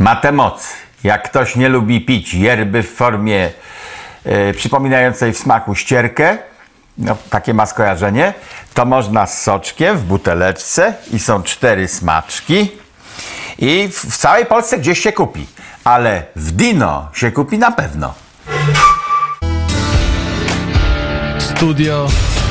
Ma tę moc. Jak ktoś nie lubi pić yerby w formie przypominającej w smaku ścierkę, no, takie ma skojarzenie, to można z soczkiem w buteleczce i są 4 smaczki i w całej Polsce gdzieś się kupi, ale w Dino się kupi na pewno. Studio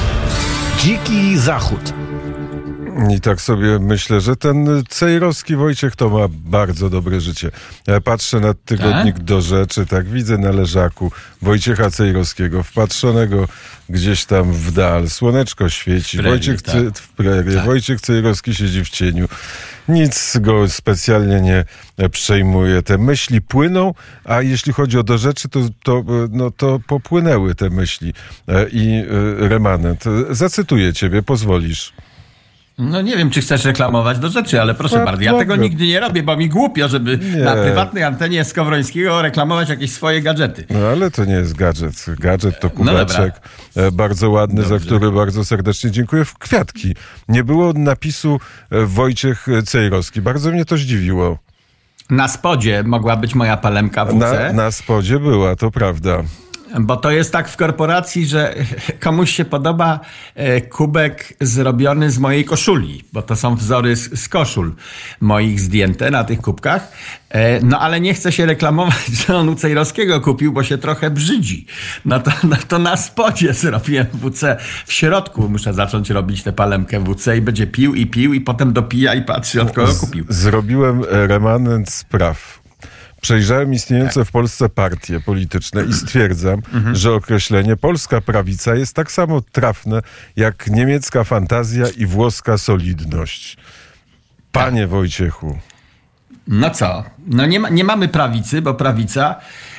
Dziki Zachód. I tak sobie myślę, że ten Cejrowski Wojciech to ma bardzo dobre życie. Ja patrzę na tygodnik Do Rzeczy, tak widzę na leżaku Wojciecha Cejrowskiego, wpatrzonego gdzieś tam w dal. Słoneczko świeci, w prerie. Wojciech Cejrowski siedzi w cieniu. Nic go specjalnie nie przejmuje. Te myśli płyną, a jeśli chodzi o Do Rzeczy, to popłynęły te myśli. I remanent. Zacytuję ciebie, pozwolisz. No nie wiem, czy chcesz reklamować Do Rzeczy, ale proszę bardzo, ja tego nigdy nie robię, bo mi głupio, żeby na prywatnej antenie Skowrońskiego reklamować jakieś swoje gadżety. No ale to nie jest gadżet. Gadżet to kubeczek, bardzo ładny, za który bardzo serdecznie dziękuję. W kwiatki. Nie było napisu Wojciech Cejrowski. Bardzo mnie to zdziwiło. Na spodzie mogła być moja palemka WC. Na spodzie była, to prawda. Bo to jest tak w korporacji, że komuś się podoba kubek zrobiony z mojej koszuli, bo to są wzory z koszul moich zdjęte na tych kubkach. No ale nie chce się reklamować, że on u Cejrowskiego kupił, bo się trochę brzydzi. No to na spodzie zrobiłem WC. W środku muszę zacząć robić tę palemkę WC i będzie pił i potem dopija i patrzy, od kogo kupił. Zrobiłem remanent spraw. Przejrzałem istniejące w Polsce partie polityczne i stwierdzam, że określenie polska prawica jest tak samo trafne jak niemiecka fantazja i włoska solidność. Panie Wojciechu. No co? No nie mamy prawicy, bo prawica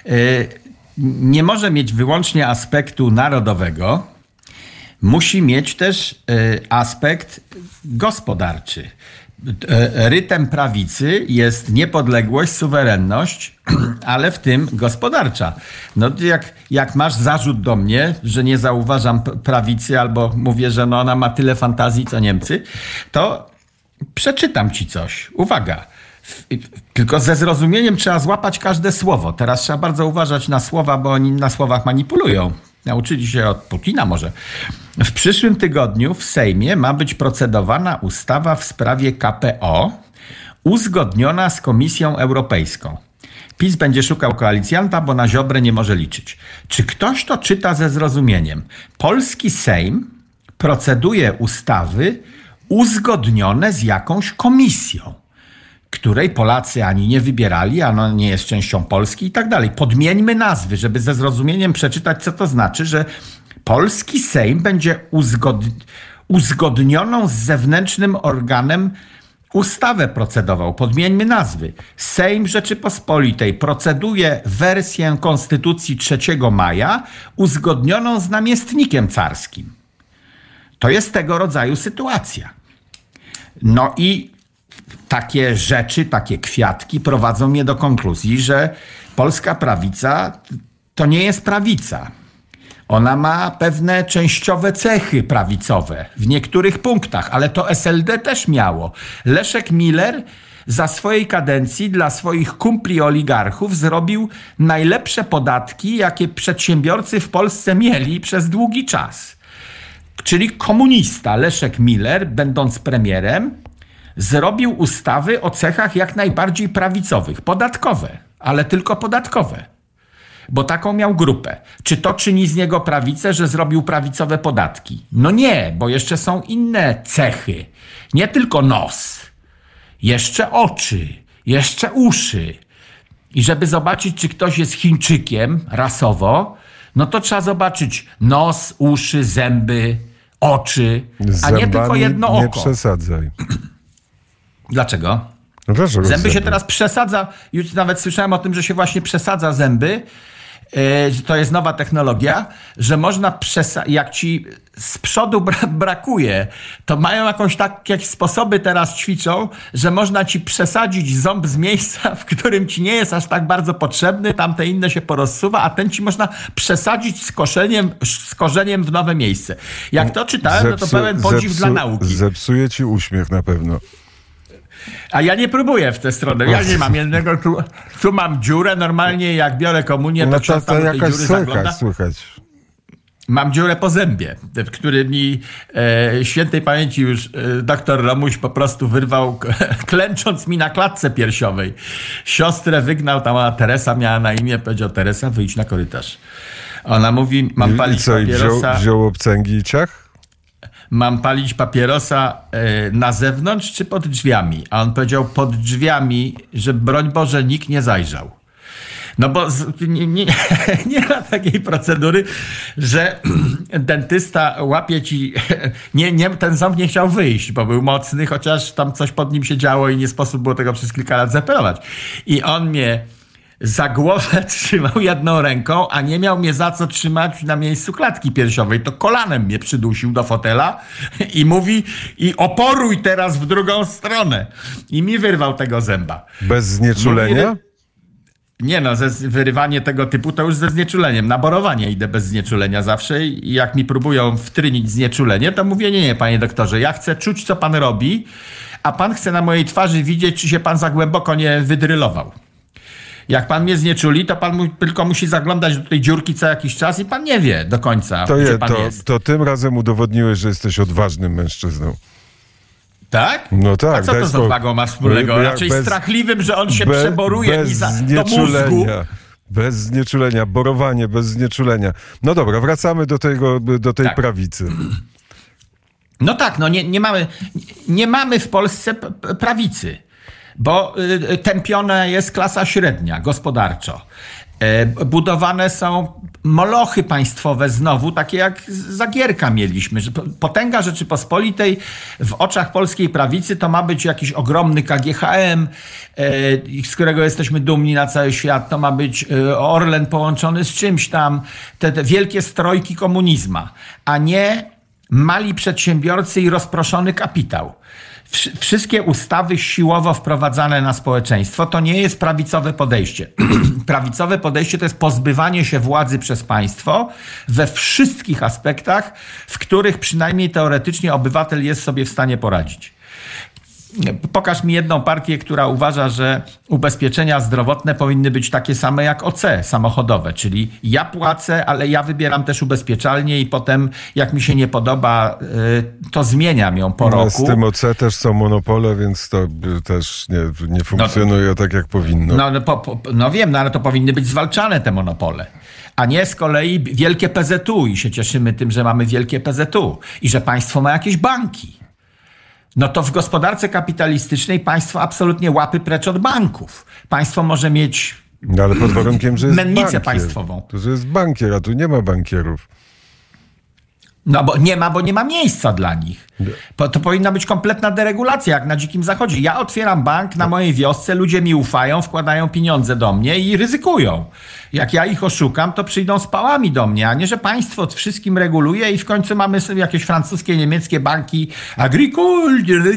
nie może mieć wyłącznie aspektu narodowego. Musi mieć też aspekt gospodarczy. Rytem prawicy jest niepodległość, suwerenność, ale w tym gospodarcza. No jak masz zarzut do mnie, że nie zauważam prawicy albo mówię, że no ona ma tyle fantazji co Niemcy, to przeczytam ci coś. Uwaga. Tylko ze zrozumieniem trzeba złapać każde słowo. Teraz trzeba bardzo uważać na słowa, bo oni na słowach manipulują. Nauczyli się od Putina może. W przyszłym tygodniu w Sejmie ma być procedowana ustawa w sprawie KPO uzgodniona z Komisją Europejską. PiS będzie szukał koalicjanta, bo na Ziobrę nie może liczyć. Czy ktoś to czyta ze zrozumieniem? Polski Sejm proceduje ustawy uzgodnione z jakąś komisją, której Polacy ani nie wybierali, ano nie jest częścią Polski i tak dalej. Podmieńmy nazwy, żeby ze zrozumieniem przeczytać, co to znaczy, że polski Sejm będzie uzgodnioną z zewnętrznym organem ustawę procedował. Podmieńmy nazwy. Sejm Rzeczypospolitej proceduje wersję Konstytucji 3 maja uzgodnioną z namiestnikiem carskim. To jest tego rodzaju sytuacja. No i takie rzeczy, takie kwiatki prowadzą mnie do konkluzji, że polska prawica to nie jest prawica. Ona ma pewne częściowe cechy prawicowe w niektórych punktach, ale to SLD też miało. Leszek Miller za swojej kadencji dla swoich kumpli oligarchów zrobił najlepsze podatki, jakie przedsiębiorcy w Polsce mieli przez długi czas. Czyli komunista Leszek Miller, będąc premierem, zrobił ustawy o cechach jak najbardziej prawicowych, podatkowe, ale tylko podatkowe. Bo taką miał grupę. Czy to czyni z niego prawicę, że zrobił prawicowe podatki? No nie, bo jeszcze są inne cechy. Nie tylko nos. Jeszcze oczy. Jeszcze uszy. I żeby zobaczyć, czy ktoś jest Chińczykiem rasowo, no to trzeba zobaczyć nos, uszy, zęby, oczy, a nie tylko jedno oko. Nie przesadzaj. Dlaczego? No dlaczego zęby się teraz przesadza. Już nawet słyszałem o tym, że się właśnie przesadza zęby. To jest nowa technologia, że można jak ci z przodu brakuje, to mają jakieś sposoby teraz ćwiczą, że można ci przesadzić ząb z miejsca, w którym ci nie jest aż tak bardzo potrzebny, tamte inne się porozsuwa, a ten ci można przesadzić z korzeniem w nowe miejsce. Jak to czytałem, no to pełen podziw dla nauki. Zepsuje ci uśmiech na pewno. A ja nie próbuję w tę stronę. Ja nie mam jednego, tu mam dziurę. Normalnie jak biorę komunię, to ksiądz tam do tej dziury zagląda. Słychać. Mam dziurę po zębie, w którym mi świętej pamięci już doktor Romuś po prostu wyrwał, klęcząc mi na klatce piersiowej. Siostrę wygnał, ta mała Teresa miała na imię, powiedział: Teresa, wyjdź na korytarz. Ona mówi: mam palić papierosa. Wziął obcęgi i ciach? Mam palić papierosa na zewnątrz czy pod drzwiami? A on powiedział: pod drzwiami, że broń Boże nikt nie zajrzał. No bo nie ma takiej procedury, że dentysta łapie ci... ten ząb nie chciał wyjść, bo był mocny, chociaż tam coś pod nim się działo i nie sposób było tego przez kilka lat zaperować. I on mnie za głowę trzymał jedną ręką, a nie miał mnie za co trzymać na miejscu klatki piersiowej. To kolanem mnie przydusił do fotela i mówi: i oporuj teraz w drugą stronę. I mi wyrwał tego zęba. Bez znieczulenia? Nie no, wyrywanie tego typu to już ze znieczuleniem. Na borowanie idę bez znieczulenia zawsze i jak mi próbują wtrynić znieczulenie, to mówię: nie, panie doktorze, ja chcę czuć, co pan robi, a pan chce na mojej twarzy widzieć, czy się pan za głęboko nie wydrylował. Jak pan mnie znieczuli, to pan tylko musi zaglądać do tej dziurki co jakiś czas i pan nie wie do końca, gdzie pan jest. To tym razem udowodniłeś, że jesteś odważnym mężczyzną. Tak? No tak. A co to z odwagą ma wspólnego? Raczej strachliwym, że on się przeboruje do mózgu. Bez znieczulenia, borowanie bez znieczulenia. No dobra, wracamy do tej prawicy. No tak, no nie mamy w Polsce prawicy, bo tępiona jest klasa średnia gospodarczo. Budowane są molochy państwowe znowu, takie jak za Gierka mieliśmy. Że potęga Rzeczypospolitej w oczach polskiej prawicy to ma być jakiś ogromny KGHM, z którego jesteśmy dumni na cały świat. To ma być Orlen połączony z czymś tam. Te wielkie strojki komunizma, a nie mali przedsiębiorcy i rozproszony kapitał. Wszystkie ustawy siłowo wprowadzane na społeczeństwo to nie jest prawicowe podejście. Prawicowe podejście to jest pozbywanie się władzy przez państwo we wszystkich aspektach, w których przynajmniej teoretycznie obywatel jest sobie w stanie poradzić. Pokaż mi jedną partię, która uważa, że ubezpieczenia zdrowotne powinny być takie same jak OC samochodowe, czyli ja płacę, ale ja wybieram też ubezpieczalnię i potem jak mi się nie podoba, to zmieniam ją po roku. Z tym OC też są monopole, więc to też nie funkcjonuje tak jak powinno. No wiem, ale to powinny być zwalczane te monopole. A nie z kolei wielkie PZU i się cieszymy tym, że mamy wielkie PZU i że państwo ma jakieś banki. No to w gospodarce kapitalistycznej państwo absolutnie łapy precz od banków. Państwo może mieć ale pod warunkiem, że jest mennicę bankier. państwową. To, że jest bankier, a tu nie ma bankierów. No bo nie ma miejsca dla nich. To powinna być kompletna deregulacja, jak na Dzikim Zachodzie. Ja otwieram bank na mojej wiosce, ludzie mi ufają, wkładają pieniądze do mnie i ryzykują. Jak ja ich oszukam, to przyjdą z pałami do mnie, a nie, że państwo wszystkim reguluje i w końcu mamy sobie jakieś francuskie, niemieckie banki agricole,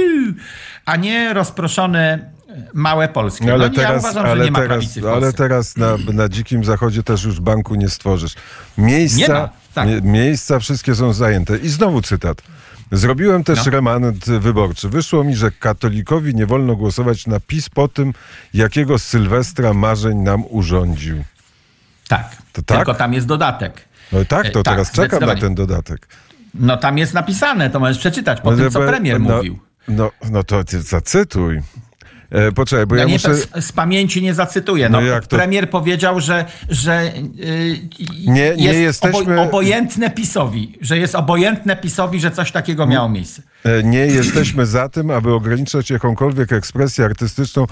a nie rozproszone małe polskie. No, ja uważam, że nie ma prawicy w Polsce. Ale teraz na Dzikim Zachodzie też już banku nie stworzysz. Miejsca wszystkie są zajęte. I znowu cytat. Zrobiłem też remanent wyborczy. Wyszło mi, że katolikowi nie wolno głosować na PiS po tym, jakiego Sylwestra marzeń nam urządził. Tak, tylko tam jest dodatek. No tak, to teraz czekam na ten dodatek. No tam jest napisane, to możesz przeczytać po tym, co premier mówił. No to zacytuj. Poczekaj, bo ja muszę... Z pamięci nie zacytuję. Premier powiedział, że jest obojętne PiS-owi, że coś takiego miało miejsce. Nie jesteśmy za tym, aby ograniczać jakąkolwiek ekspresję artystyczną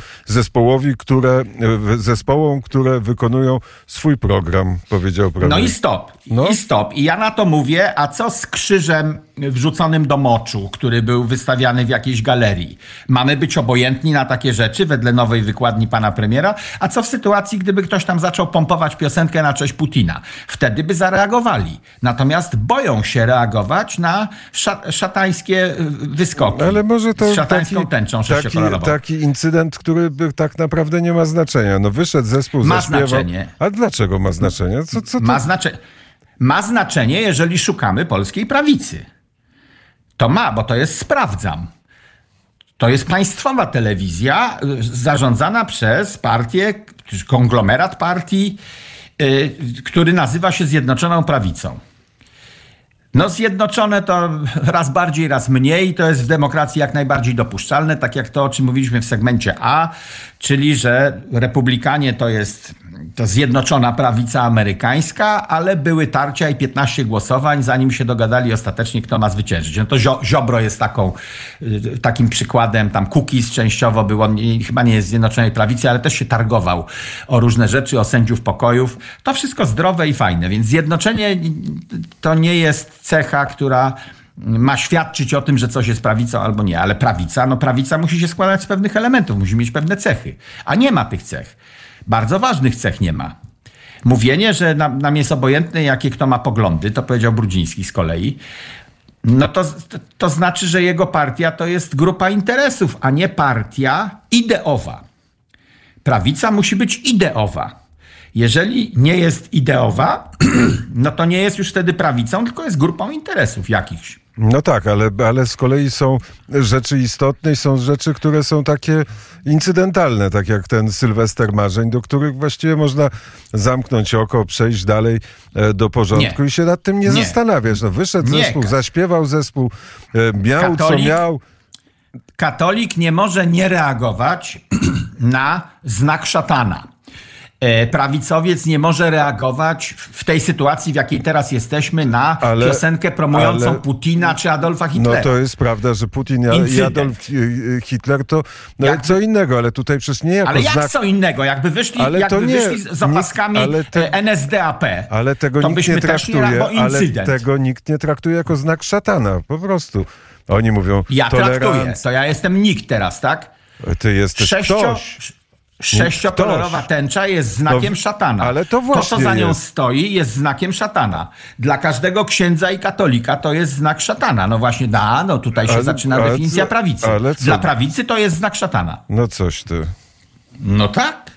zespołom, które wykonują swój program, powiedział premier. No i stop. I ja na to mówię, a co z krzyżem wrzuconym do moczu, który był wystawiany w jakiejś galerii? Mamy być obojętni na takie rzeczy wedle nowej wykładni pana premiera? A co w sytuacji, gdyby ktoś tam zaczął pompować piosenkę na cześć Putina? Wtedy by zareagowali. Natomiast boją się reagować na szatańskie wyskoki. Ale może to z szatańską tęczą taki incydent, który tak naprawdę nie ma znaczenia. No wyszedł zespół, zaśpiewał. Znaczenie. A dlaczego ma znaczenie? Co to? Ma znaczenie, jeżeli szukamy polskiej prawicy. To ma, bo to jest sprawdzam. To jest państwowa telewizja zarządzana przez partię, konglomerat partii, który nazywa się Zjednoczoną Prawicą. No zjednoczone to raz bardziej, raz mniej. To jest w demokracji jak najbardziej dopuszczalne, tak jak to, o czym mówiliśmy w segmencie A, czyli że republikanie to jest zjednoczona prawica amerykańska, ale były tarcia i 15 głosowań, zanim się dogadali ostatecznie, kto ma zwyciężyć. No to Ziobro jest takim przykładem, tam Kukiz częściowo był, on chyba nie jest zjednoczonej prawicy, ale też się targował o różne rzeczy, o sędziów pokojów. To wszystko zdrowe i fajne, więc zjednoczenie to nie jest cecha, która ma świadczyć o tym, że coś jest prawicą albo nie, ale prawica musi się składać z pewnych elementów, musi mieć pewne cechy, a nie ma tych cech. Bardzo ważnych cech nie ma. Mówienie, że nam jest obojętne, jakie kto ma poglądy, to powiedział Brudziński z kolei, no to znaczy, że jego partia to jest grupa interesów, a nie partia ideowa. Prawica musi być ideowa. Jeżeli nie jest ideowa, no to nie jest już wtedy prawicą, tylko jest grupą interesów jakichś. No tak, ale z kolei są rzeczy istotne i są rzeczy, które są takie incydentalne, tak jak ten Sylwester Marzeń, do których właściwie można zamknąć oko, przejść dalej do porządku i się nad tym nie zastanawiać. No, wyszedł zespół, zaśpiewał zespół, miał co miał. Katolik nie może nie reagować na znak szatana. Prawicowiec nie może reagować w tej sytuacji, w jakiej teraz jesteśmy, na piosenkę promującą Putina czy Adolfa Hitlera. No to jest prawda, że Putin i Adolf Hitler to co innego, ale tutaj przecież nie jako ale jak znak... co innego? Jakby wyszli z opaskami NSDAP, ale tego to nikt nie traktuje, tego nikt nie traktuje jako znak szatana, po prostu. Oni mówią traktuję, to ja jestem nikt teraz, tak? Ty jesteś ktoś. Sześciokolorowa tęcza jest znakiem szatana. Ale to właśnie to, co za nią stoi, jest znakiem szatana. Dla każdego księdza i katolika to jest znak szatana. No właśnie, tutaj się zaczyna definicja prawicy. Dla prawicy to jest znak szatana. No coś ty. No tak.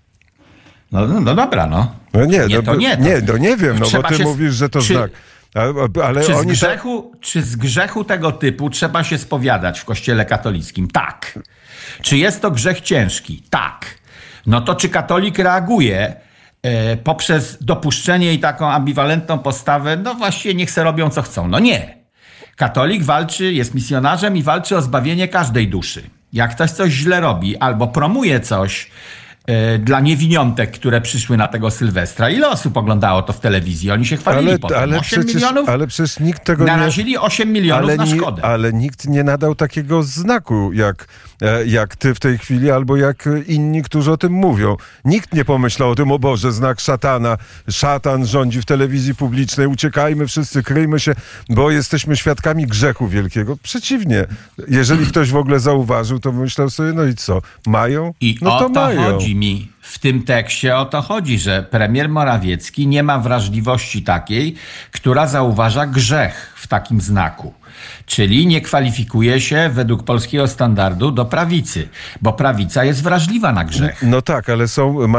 No dobra, no. No nie wiem, bo ty mówisz, że to znak. Ale czy z grzechu tego typu trzeba się spowiadać w Kościele katolickim? Tak. Czy jest to grzech ciężki? Tak. No to czy katolik reaguje poprzez dopuszczenie i taką ambiwalentną postawę? No właściwie niech se robią co chcą. No nie. Katolik walczy, jest misjonarzem i walczy o zbawienie każdej duszy. Jak ktoś coś źle robi albo promuje coś dla niewiniątek, które przyszły na tego Sylwestra. Ile osób oglądało to w telewizji? Oni się chwalili potem. 8 milionów? Ale przecież nikt tego narazili 8 milionów na szkodę. Ale nikt nie nadał takiego znaku, jak ty w tej chwili, albo jak inni, którzy o tym mówią. Nikt nie pomyślał o tym, o Boże, znak szatana. Szatan rządzi w telewizji publicznej. Uciekajmy wszyscy, kryjmy się, bo jesteśmy świadkami grzechu wielkiego. Przeciwnie. Jeżeli ktoś w ogóle zauważył, to myślał sobie, no i co? Mają? No to mają. Chodzi mi w tym tekście, o to chodzi, że premier Morawiecki nie ma wrażliwości takiej, która zauważa grzech w takim znaku. Czyli nie kwalifikuje się według polskiego standardu do prawicy, bo prawica jest wrażliwa na grzech. No tak, ale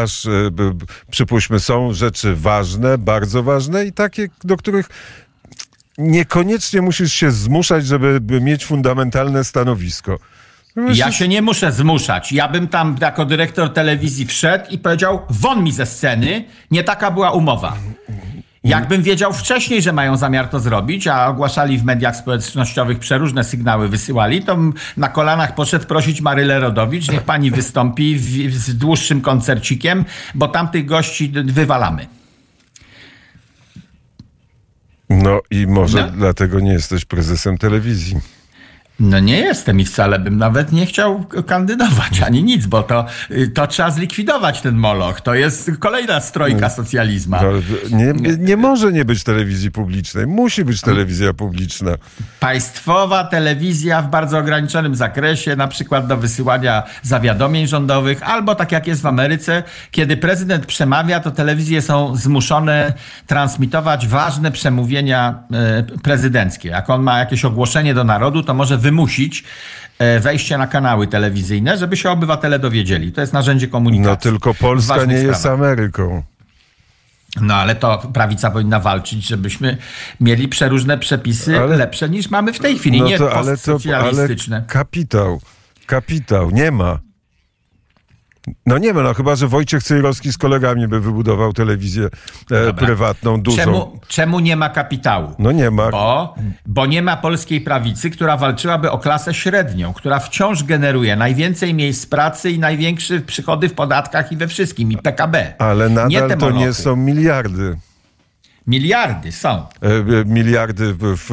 przypuśćmy, są rzeczy ważne, bardzo ważne i takie, do których niekoniecznie musisz się zmuszać, żeby mieć fundamentalne stanowisko. Ja się nie muszę zmuszać. Ja bym tam jako dyrektor telewizji wszedł i powiedział, won mi ze sceny, nie taka była umowa. Jakbym wiedział wcześniej, że mają zamiar to zrobić, a ogłaszali w mediach społecznościowych, przeróżne sygnały wysyłali, to na kolanach poszedł prosić Marylę Rodowicz, niech pani wystąpi z dłuższym koncercikiem, bo tamtych gości wywalamy. No i może dlatego nie jesteś prezesem telewizji. No nie jestem i wcale bym nawet nie chciał kandydować, ani nic, bo to trzeba zlikwidować ten moloch. To jest kolejna strojka socjalizmu. Nie może nie być telewizji publicznej. Musi być telewizja publiczna. Państwowa telewizja w bardzo ograniczonym zakresie, na przykład do wysyłania zawiadomień rządowych, albo tak jak jest w Ameryce, kiedy prezydent przemawia, to telewizje są zmuszone transmitować ważne przemówienia prezydenckie. Jak on ma jakieś ogłoszenie do narodu, to może wymusić wejście na kanały telewizyjne, żeby się obywatele dowiedzieli. To jest narzędzie komunikacji. No tylko Polska nie jest Ameryką. No ale to prawica powinna walczyć, żebyśmy mieli przeróżne przepisy lepsze niż mamy w tej chwili, nie postsocjalistyczne. Ale kapitał. Kapitał. Nie ma. No nie ma, no chyba że Wojciech Cejrowski z kolegami by wybudował telewizję prywatną, dużą. Czemu nie ma kapitału? No nie ma. Bo nie ma polskiej prawicy, która walczyłaby o klasę średnią, która wciąż generuje najwięcej miejsc pracy i największe przychody w podatkach i we wszystkim, i PKB. Ale nadal to nie są miliardy. Miliardy są. Miliardy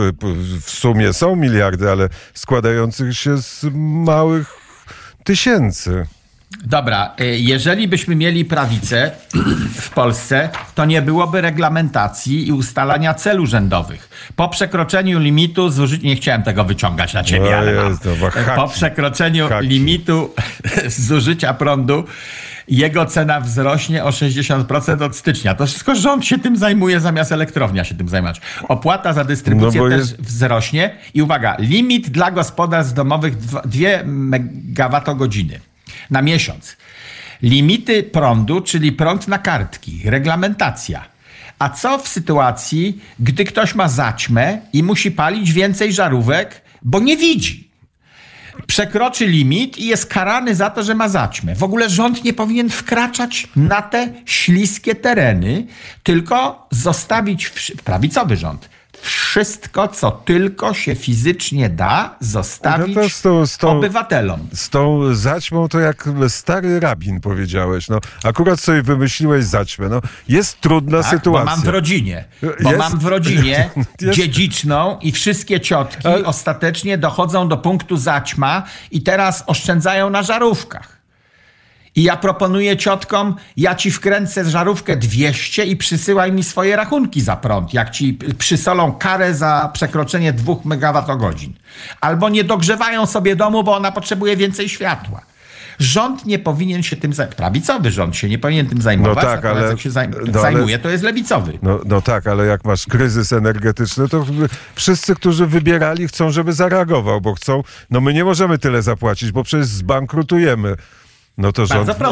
w sumie są miliardy, ale składających się z małych tysięcy. Dobra, jeżeli byśmy mieli prawicę w Polsce, to nie byłoby reglamentacji i ustalania celów rzędowych. Po przekroczeniu limitu zużycia... Nie chciałem tego wyciągać na ciebie, ale po przekroczeniu limitu zużycia prądu jego cena wzrośnie o 60% od stycznia. To wszystko rząd się tym zajmuje, zamiast elektrownia się tym zajmować. Opłata za dystrybucję też wzrośnie. I uwaga, limit dla gospodarstw domowych 2 megawattogodziny na miesiąc. Limity prądu, czyli prąd na kartki, reglamentacja. A co w sytuacji, gdy ktoś ma zaćmę i musi palić więcej żarówek, bo nie widzi? Przekroczy limit i jest karany za to, że ma zaćmę. W ogóle rząd nie powinien wkraczać na te śliskie tereny, tylko zostawić, prawicowy rząd, wszystko, co tylko się fizycznie da, zostawić obywatelom. Z tą zaćmą to jak stary rabin powiedziałeś. No, akurat sobie wymyśliłeś zaćmę. No, jest trudna sytuacja. Bo mam w rodzinie dziedziczną i wszystkie ciotki ostatecznie dochodzą do punktu zaćma i teraz oszczędzają na żarówkach. I ja proponuję ciotkom, ja ci wkręcę żarówkę 200 i przysyłaj mi swoje rachunki za prąd, jak ci przysolą karę za przekroczenie 2 megawattogodzin. Albo nie dogrzewają sobie domu, bo ona potrzebuje więcej światła. Rząd nie powinien się tym zajmować. Prawicowy rząd się nie powinien tym zajmować, ale jak się zajmuje, to jest lewicowy. No tak, ale jak masz kryzys energetyczny, to wszyscy, którzy wybierali, chcą, żeby zareagował, bo chcą, no my nie możemy tyle zapłacić, bo przecież zbankrutujemy. No to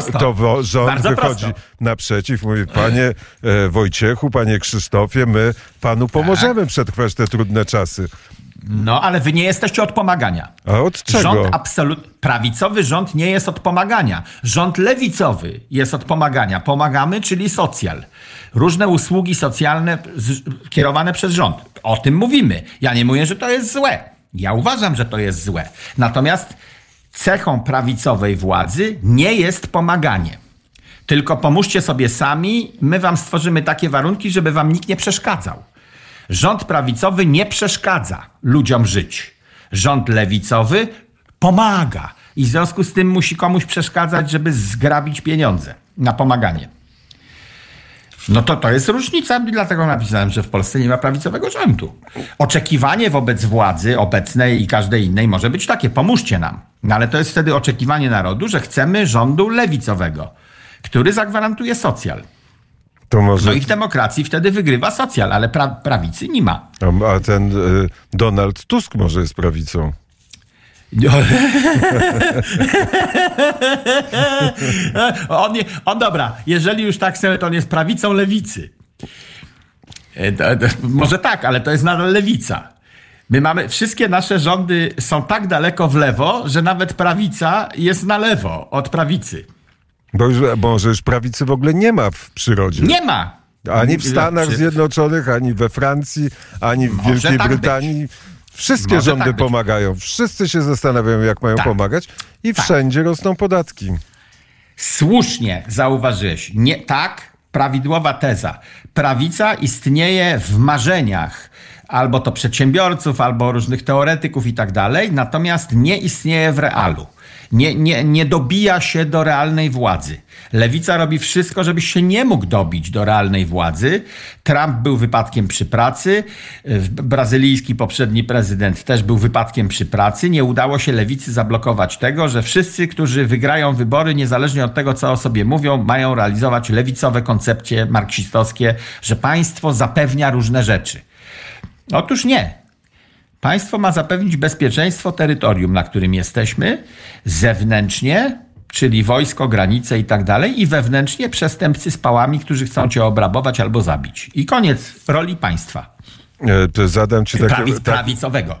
rząd wychodzi naprzeciw, mówi, panie Wojciechu, panie Krzysztofie, my panu pomożemy przetrwać te trudne czasy. No, ale wy nie jesteście od pomagania. A od czego? Prawicowy rząd nie jest od pomagania. Rząd lewicowy jest od pomagania. Pomagamy, czyli socjal. Różne usługi socjalne kierowane przez rząd. O tym mówimy. Ja nie mówię, że to jest złe. Ja uważam, że to jest złe. Natomiast cechą prawicowej władzy nie jest pomaganie. Tylko pomóżcie sobie sami, my wam stworzymy takie warunki, żeby wam nikt nie przeszkadzał. Rząd prawicowy nie przeszkadza ludziom żyć. Rząd lewicowy pomaga. I w związku z tym musi komuś przeszkadzać, żeby zgrabić pieniądze na pomaganie. No to jest różnica, dlatego napisałem, że w Polsce nie ma prawicowego rządu. Oczekiwanie wobec władzy obecnej i każdej innej może być takie, pomóżcie nam. No ale to jest wtedy oczekiwanie narodu, że chcemy rządu lewicowego, który zagwarantuje socjal. No i w demokracji wtedy wygrywa socjal, ale prawicy nie ma. A ten Donald Tusk może jest prawicą. Dobra, jeżeli już tak sobie, to on jest prawicą lewicy. Może tak, ale to jest nadal lewica. My mamy, wszystkie nasze rządy są tak daleko w lewo, że nawet prawica jest na lewo od prawicy. Bo już prawicy w ogóle nie ma w przyrodzie. Nie ma. Ani w Stanach Zjednoczonych, ani we Francji, ani w Wielkiej Brytanii. Wszystkie rządy pomagają. Wszyscy się zastanawiają, jak mają pomagać i wszędzie rosną podatki. Słusznie zauważyłeś. Prawidłowa teza. Prawica istnieje w marzeniach albo to przedsiębiorców, albo różnych teoretyków i tak dalej, natomiast nie istnieje w realu. Nie dobija się do realnej władzy. Lewica robi wszystko, żebyś się nie mógł dobić do realnej władzy. Trump był wypadkiem przy pracy. Brazylijski poprzedni prezydent też był wypadkiem przy pracy. Nie udało się lewicy zablokować tego, że wszyscy, którzy wygrają wybory, niezależnie od tego, co o sobie mówią, mają realizować lewicowe koncepcje marksistowskie, że państwo zapewnia różne rzeczy. Otóż nie. Państwo ma zapewnić bezpieczeństwo terytorium, na którym jesteśmy, zewnętrznie, czyli wojsko, granice i tak dalej, i wewnętrznie przestępcy z pałami, którzy chcą cię obrabować albo zabić. I koniec roli państwa. Zadam ci prawicowego.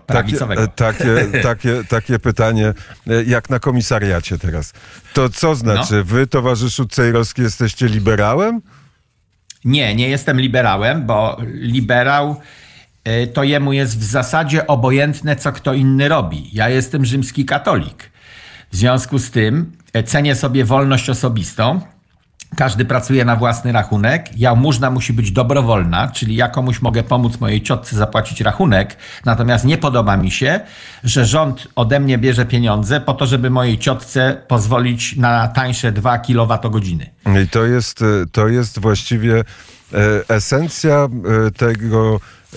Takie pytanie, jak na komisariacie teraz. To co znaczy, wy, towarzyszu Cejrowski, jesteście liberałem? Nie jestem liberałem, bo liberał to jemu jest w zasadzie obojętne, co kto inny robi. Ja jestem rzymski katolik. W związku z tym cenię sobie wolność osobistą. Każdy pracuje na własny rachunek. Jałmużna musi być dobrowolna, czyli ja komuś mogę pomóc mojej ciotce zapłacić rachunek, natomiast nie podoba mi się, że rząd ode mnie bierze pieniądze po to, żeby mojej ciotce pozwolić na tańsze 2 kWh. I to jest właściwie esencja tego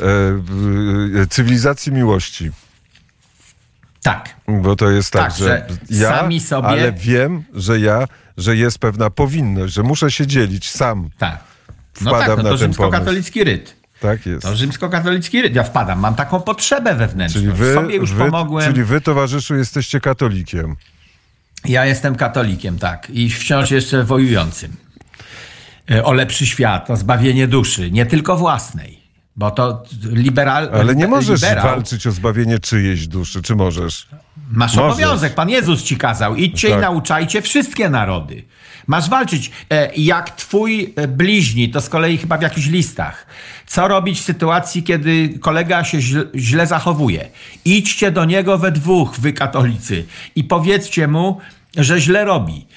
cywilizacji miłości. Tak. Bo to jest tak, że ja, sami sobie... ale wiem, że jest pewna powinność, że muszę się dzielić sam. Tak. Wpadam na to rzymskokatolicki ryt. Tak jest. To rzymskokatolicki ryt. Ja wpadam, mam taką potrzebę wewnętrzną. Czyli sobie już pomogłem. Czyli wy, towarzyszu, jesteście katolikiem. Ja jestem katolikiem, tak. I wciąż jeszcze wojującym. O lepszy świat, o zbawienie duszy. Nie tylko własnej. Bo to Ale nie możesz walczyć o zbawienie czyjejś duszy, czy możesz? Masz obowiązek, Pan Jezus ci kazał. Idźcie i nauczajcie wszystkie narody. Masz walczyć jak twój bliźni, to z kolei chyba w jakichś listach. Co robić w sytuacji, kiedy kolega się źle zachowuje? Idźcie do niego we dwóch, wy katolicy, i powiedzcie mu, że źle robi.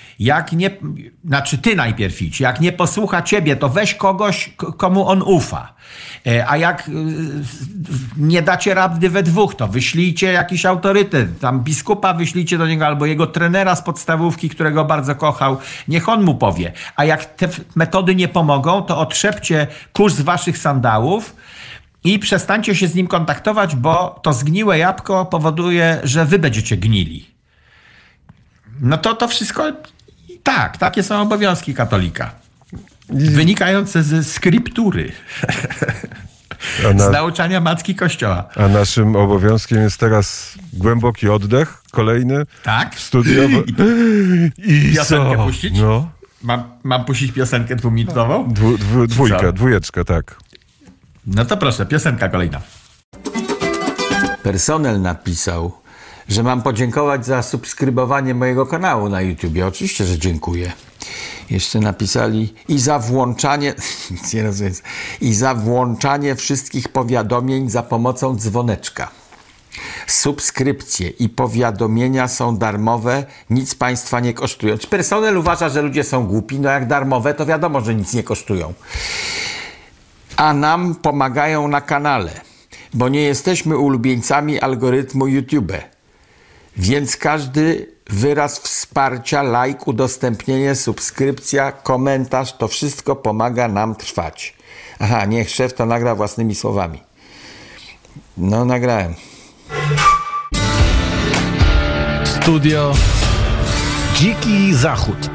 Ty najpierw idź. Jak nie posłucha ciebie, to weź kogoś, komu on ufa. A jak nie dacie rady we dwóch, to wyślijcie jakiś autorytet. Tam biskupa wyślijcie do niego albo jego trenera z podstawówki, którego bardzo kochał. Niech on mu powie. A jak te metody nie pomogą, to otrzepcie kurz z waszych sandałów i przestańcie się z nim kontaktować, bo to zgniłe jabłko powoduje, że wy będziecie gnili. No to wszystko, takie są obowiązki katolika. Wynikające ze skryptury. Z nauczania Matki Kościoła. A naszym obowiązkiem jest teraz głęboki oddech, kolejny. Tak. W studio. I piosenkę puścić? No. Mam puścić piosenkę dwuminutową? Dwójeczkę, tak. No to proszę, piosenka kolejna. Personel napisał, że mam podziękować za subskrybowanie mojego kanału na YouTubie. Oczywiście, że dziękuję. Jeszcze napisali i za włączanie wszystkich powiadomień za pomocą dzwoneczka. Subskrypcje i powiadomienia są darmowe, nic państwa nie kosztują. Czy personel uważa, że ludzie są głupi? No jak darmowe, to wiadomo, że nic nie kosztują. A nam pomagają na kanale, bo nie jesteśmy ulubieńcami algorytmu YouTube. Więc każdy wyraz wsparcia, like, udostępnienie, subskrypcja, komentarz, to wszystko pomaga nam trwać. Aha, niech szef to nagra własnymi słowami. No, nagrałem. Studio Dziki Zachód.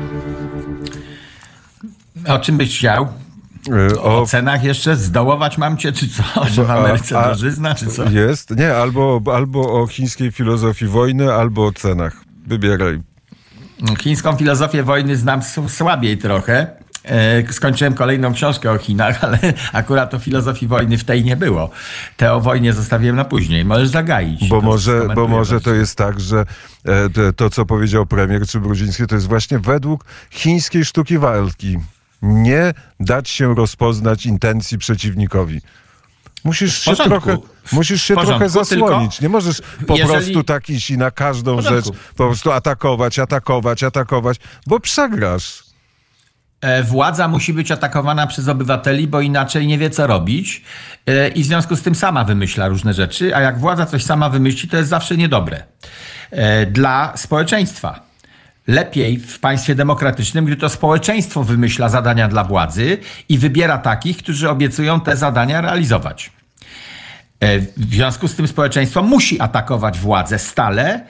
O czym byś chciał? O cenach jeszcze zdołować mam cię, czy co? Że w Ameryce drożyzna, czy co? Jest, nie, albo o chińskiej filozofii wojny, albo o cenach. Wybieraj. Chińską filozofię wojny znam słabiej trochę. Skończyłem kolejną książkę o Chinach, ale akurat o filozofii wojny w tej nie było. Te o wojnie zostawiłem na później. Możesz zagaić. Bo może to jest tak, że to, co powiedział premier czy Brudziński, to jest właśnie według chińskiej sztuki walki. Nie dać się rozpoznać intencji przeciwnikowi. Musisz się trochę zasłonić. Nie możesz po prostu tak iść i na każdą rzecz po prostu atakować, bo przegrasz. Władza musi być atakowana przez obywateli, bo inaczej nie wie, co robić i w związku z tym sama wymyśla różne rzeczy, a jak władza coś sama wymyśli, to jest zawsze niedobre dla społeczeństwa. Lepiej w państwie demokratycznym, gdy to społeczeństwo wymyśla zadania dla władzy i wybiera takich, którzy obiecują te zadania realizować. W związku z tym społeczeństwo musi atakować władzę stale,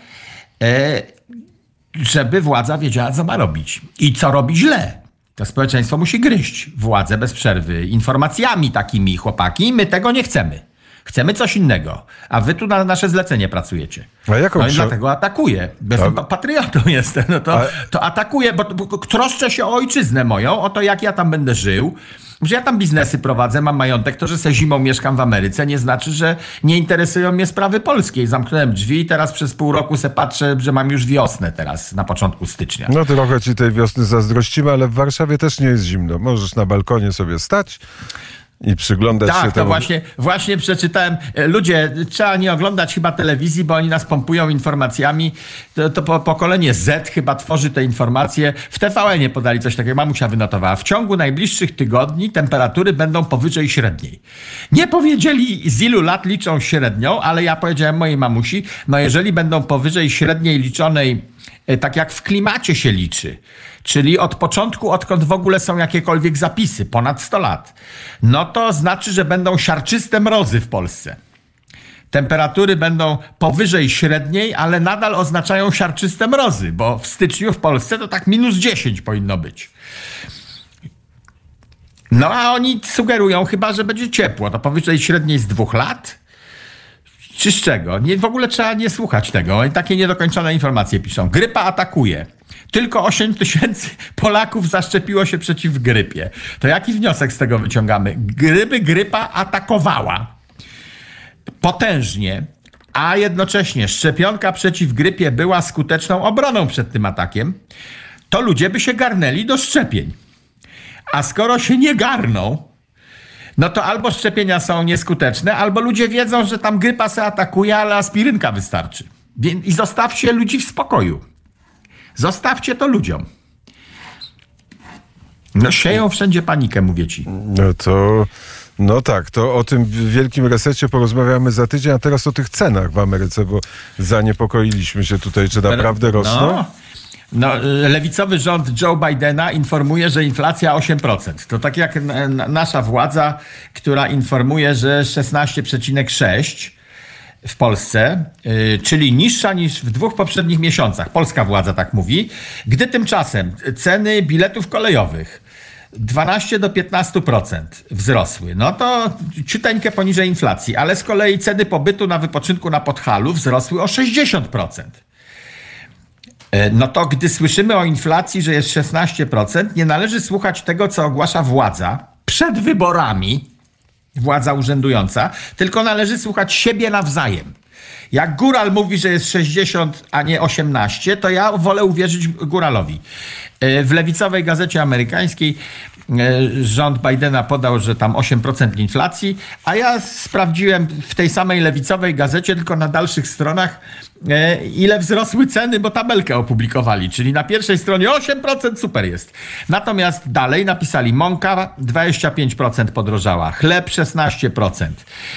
żeby władza wiedziała, co ma robić i co robi źle. To społeczeństwo musi gryźć władzę bez przerwy informacjami takimi, chłopaki, my tego nie chcemy. Chcemy coś innego, a wy tu na nasze zlecenie pracujecie. A jaką no i dlatego atakuję. Patriotą jestem. No to atakuję, bo troszczę się o ojczyznę moją, o to, jak ja tam będę żył. Że ja tam biznesy prowadzę, mam majątek, to, że se zimą mieszkam w Ameryce, nie znaczy, że nie interesują mnie sprawy polskie. Zamknąłem drzwi i teraz przez pół roku se patrzę, że mam już wiosnę teraz, na początku stycznia. No trochę ci tej wiosny zazdrościmy, ale w Warszawie też nie jest zimno. Możesz na balkonie sobie stać i przyglądać się temu. Tak, to właśnie przeczytałem. Ludzie, trzeba nie oglądać chyba telewizji, bo oni nas pompują informacjami. To pokolenie Z chyba tworzy te informacje. W TVN-ie podali coś takiego, mamusia wynotowała. W ciągu najbliższych tygodni temperatury będą powyżej średniej. Nie powiedzieli, z ilu lat liczą średnią, ale ja powiedziałem mojej mamusi, no jeżeli będą powyżej średniej liczonej, tak jak w klimacie się liczy, czyli od początku, odkąd w ogóle są jakiekolwiek zapisy, ponad 100 lat, no to znaczy, że będą siarczyste mrozy w Polsce. Temperatury będą powyżej średniej, ale nadal oznaczają siarczyste mrozy, bo w styczniu w Polsce to tak -10 powinno być. No a oni sugerują chyba, że będzie ciepło. To powyżej średniej z 2 lat? Czy z czego? W ogóle trzeba nie słuchać tego. Oni takie niedokończone informacje piszą. Grypa atakuje. Tylko 8 000 Polaków zaszczepiło się przeciw grypie. To jaki wniosek z tego wyciągamy? Grypa atakowała potężnie, a jednocześnie szczepionka przeciw grypie była skuteczną obroną przed tym atakiem, to ludzie by się garnęli do szczepień. A skoro się nie garną, no to albo szczepienia są nieskuteczne, albo ludzie wiedzą, że tam grypa se atakuje, ale aspirynka wystarczy. I zostawcie ludzi w spokoju. Zostawcie to ludziom. No sieją wszędzie panikę, mówię ci. No tak, to o tym wielkim resecie porozmawiamy za tydzień, a teraz o tych cenach w Ameryce, bo zaniepokoiliśmy się tutaj, czy naprawdę rosną? No, lewicowy rząd Joe Bidena informuje, że inflacja 8%. To tak jak nasza władza, która informuje, że 16,6% w Polsce, czyli niższa niż w 2 poprzednich miesiącach. Polska władza tak mówi. Gdy tymczasem ceny biletów kolejowych 12 do 15% wzrosły. No to ciuteńkę poniżej inflacji, ale z kolei ceny pobytu na wypoczynku na Podhalu wzrosły o 60%. No to gdy słyszymy o inflacji, że jest 16%, nie należy słuchać tego, co ogłasza władza przed wyborami, władza urzędująca, tylko należy słuchać siebie nawzajem. Jak góral mówi, że jest 60, a nie 18, to ja wolę uwierzyć góralowi. W lewicowej gazecie amerykańskiej rząd Bidena podał, że tam 8% inflacji, a ja sprawdziłem w tej samej lewicowej gazecie, tylko na dalszych stronach, ile wzrosły ceny, bo tabelkę opublikowali. Czyli na pierwszej stronie 8% super jest. Natomiast dalej napisali mąka 25% podrożała, chleb 16%,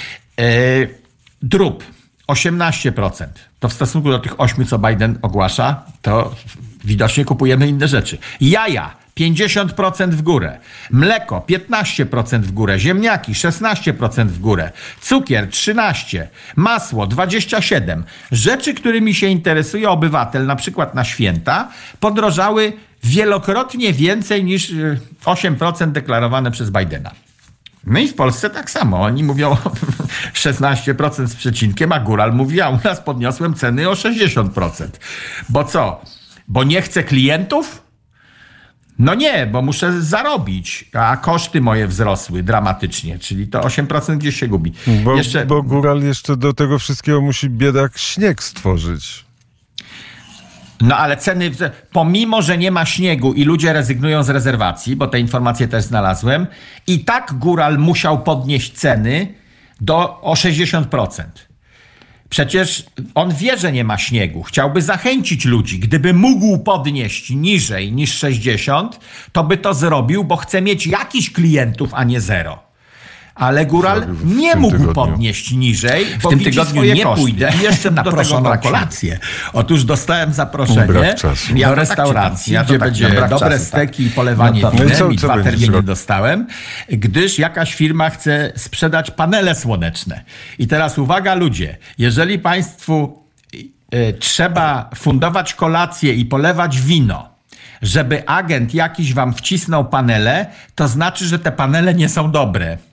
drób 18%. To w stosunku do tych 8, co Biden ogłasza, to widocznie kupujemy inne rzeczy. Jaja 50% w górę, mleko 15% w górę, ziemniaki 16% w górę, cukier 13%, masło 27%. Rzeczy, którymi się interesuje obywatel, na przykład na święta, podrożały wielokrotnie więcej niż 8% deklarowane przez Bidena. No i w Polsce tak samo. Oni mówią 16% z przecinkiem, a góral mówi, a u nas podniosłem ceny o 60%. Bo co? Bo nie chcę klientów? No nie, bo muszę zarobić, a koszty moje wzrosły dramatycznie, czyli to 8% gdzieś się gubi. Bo góral jeszcze do tego wszystkiego musi biedak śnieg stworzyć. No ale ceny, pomimo że nie ma śniegu i ludzie rezygnują z rezerwacji, bo te informacje też znalazłem, i tak góral musiał podnieść ceny o 60%. Przecież on wie, że nie ma śniegu. Chciałby zachęcić ludzi. Gdyby mógł podnieść niżej niż 60, to by to zrobił, bo chce mieć jakichś klientów, a nie zero. Ale góral nie mógł podnieść niżej, bo w tym tygodniu nie pójdę. I jeszcze do tego na kolację. Otóż dostałem zaproszenie do restauracji, gdzie będzie dobre steki i polewanie winem, i 2 terminy dostałem, gdyż jakaś firma chce sprzedać panele słoneczne. I teraz uwaga ludzie, jeżeli państwu trzeba fundować kolację i polewać wino, żeby agent jakiś wam wcisnął panele, to znaczy, że te panele nie są dobre.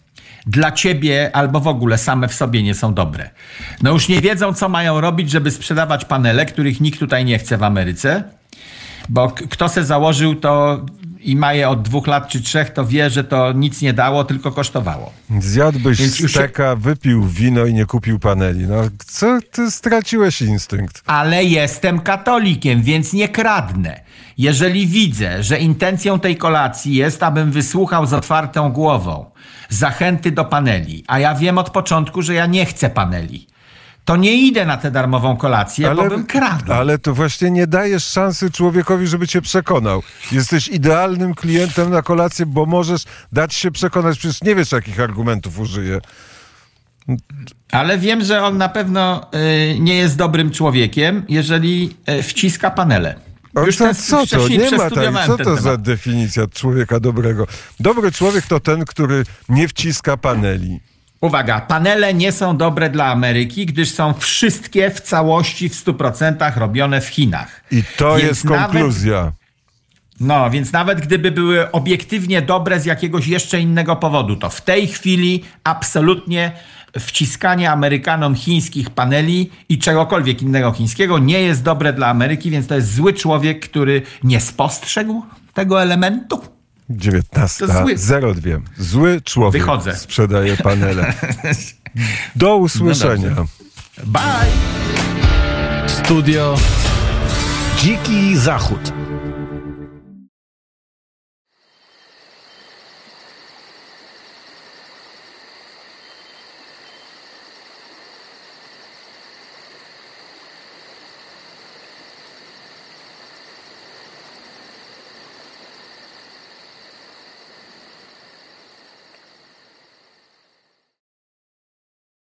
dla ciebie albo w ogóle same w sobie nie są dobre. No już nie wiedzą, co mają robić, żeby sprzedawać panele, których nikt tutaj nie chce w Ameryce, bo kto se założył to i ma je od 2 lat czy 3, to wie, że to nic nie dało, tylko kosztowało. Zjadłbyś steka, wypił wino i nie kupił paneli. No co? Ty straciłeś instynkt. Ale jestem katolikiem, więc nie kradnę. Jeżeli widzę, że intencją tej kolacji jest, abym wysłuchał z otwartą głową zachęty do paneli, a ja wiem od początku, że ja nie chcę paneli, to nie idę na tę darmową kolację, bo bym kradł. Ale to właśnie nie dajesz szansy człowiekowi, żeby cię przekonał. Jesteś idealnym klientem na kolację, bo możesz dać się przekonać. Przecież nie wiesz, jakich argumentów użyje. Ale wiem, że on na pewno nie jest dobrym człowiekiem, jeżeli wciska panele. Już co to? Nie ma tak. Co to za definicja człowieka dobrego? Dobry człowiek to ten, który nie wciska paneli. Uwaga, panele nie są dobre dla Ameryki, gdyż są wszystkie w całości, w 100% robione w Chinach. I to jest konkluzja. Więc nawet gdyby były obiektywnie dobre z jakiegoś jeszcze innego powodu, to w tej chwili absolutnie wciskanie Amerykanom chińskich paneli i czegokolwiek innego chińskiego nie jest dobre dla Ameryki, więc to jest zły człowiek, który nie spostrzegł tego elementu. 19:02. Zły człowiek. Wychodzę. Sprzedaje panele. Do usłyszenia. No bye. Studio Dziki Zachód.